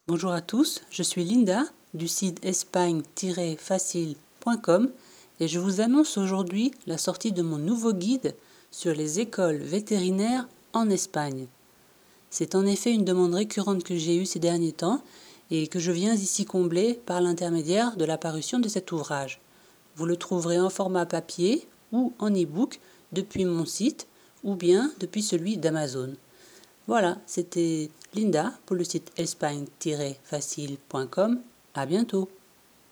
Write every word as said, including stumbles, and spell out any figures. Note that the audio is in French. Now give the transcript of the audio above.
Bonjour à tous, je suis Linda du site espagne tiret facile point com et je vous annonce aujourd'hui la sortie de mon nouveau guide sur les écoles vétérinaires en Espagne. C'est en effet une demande récurrente que j'ai eue ces derniers temps et que je viens ici combler par l'intermédiaire de la parution de cet ouvrage. Vous le trouverez en format papier ou en e-book depuis mon site ou bien depuis celui d'Amazon. Voilà, c'était Linda pour le site espagne tiret facile point com. À bientôt.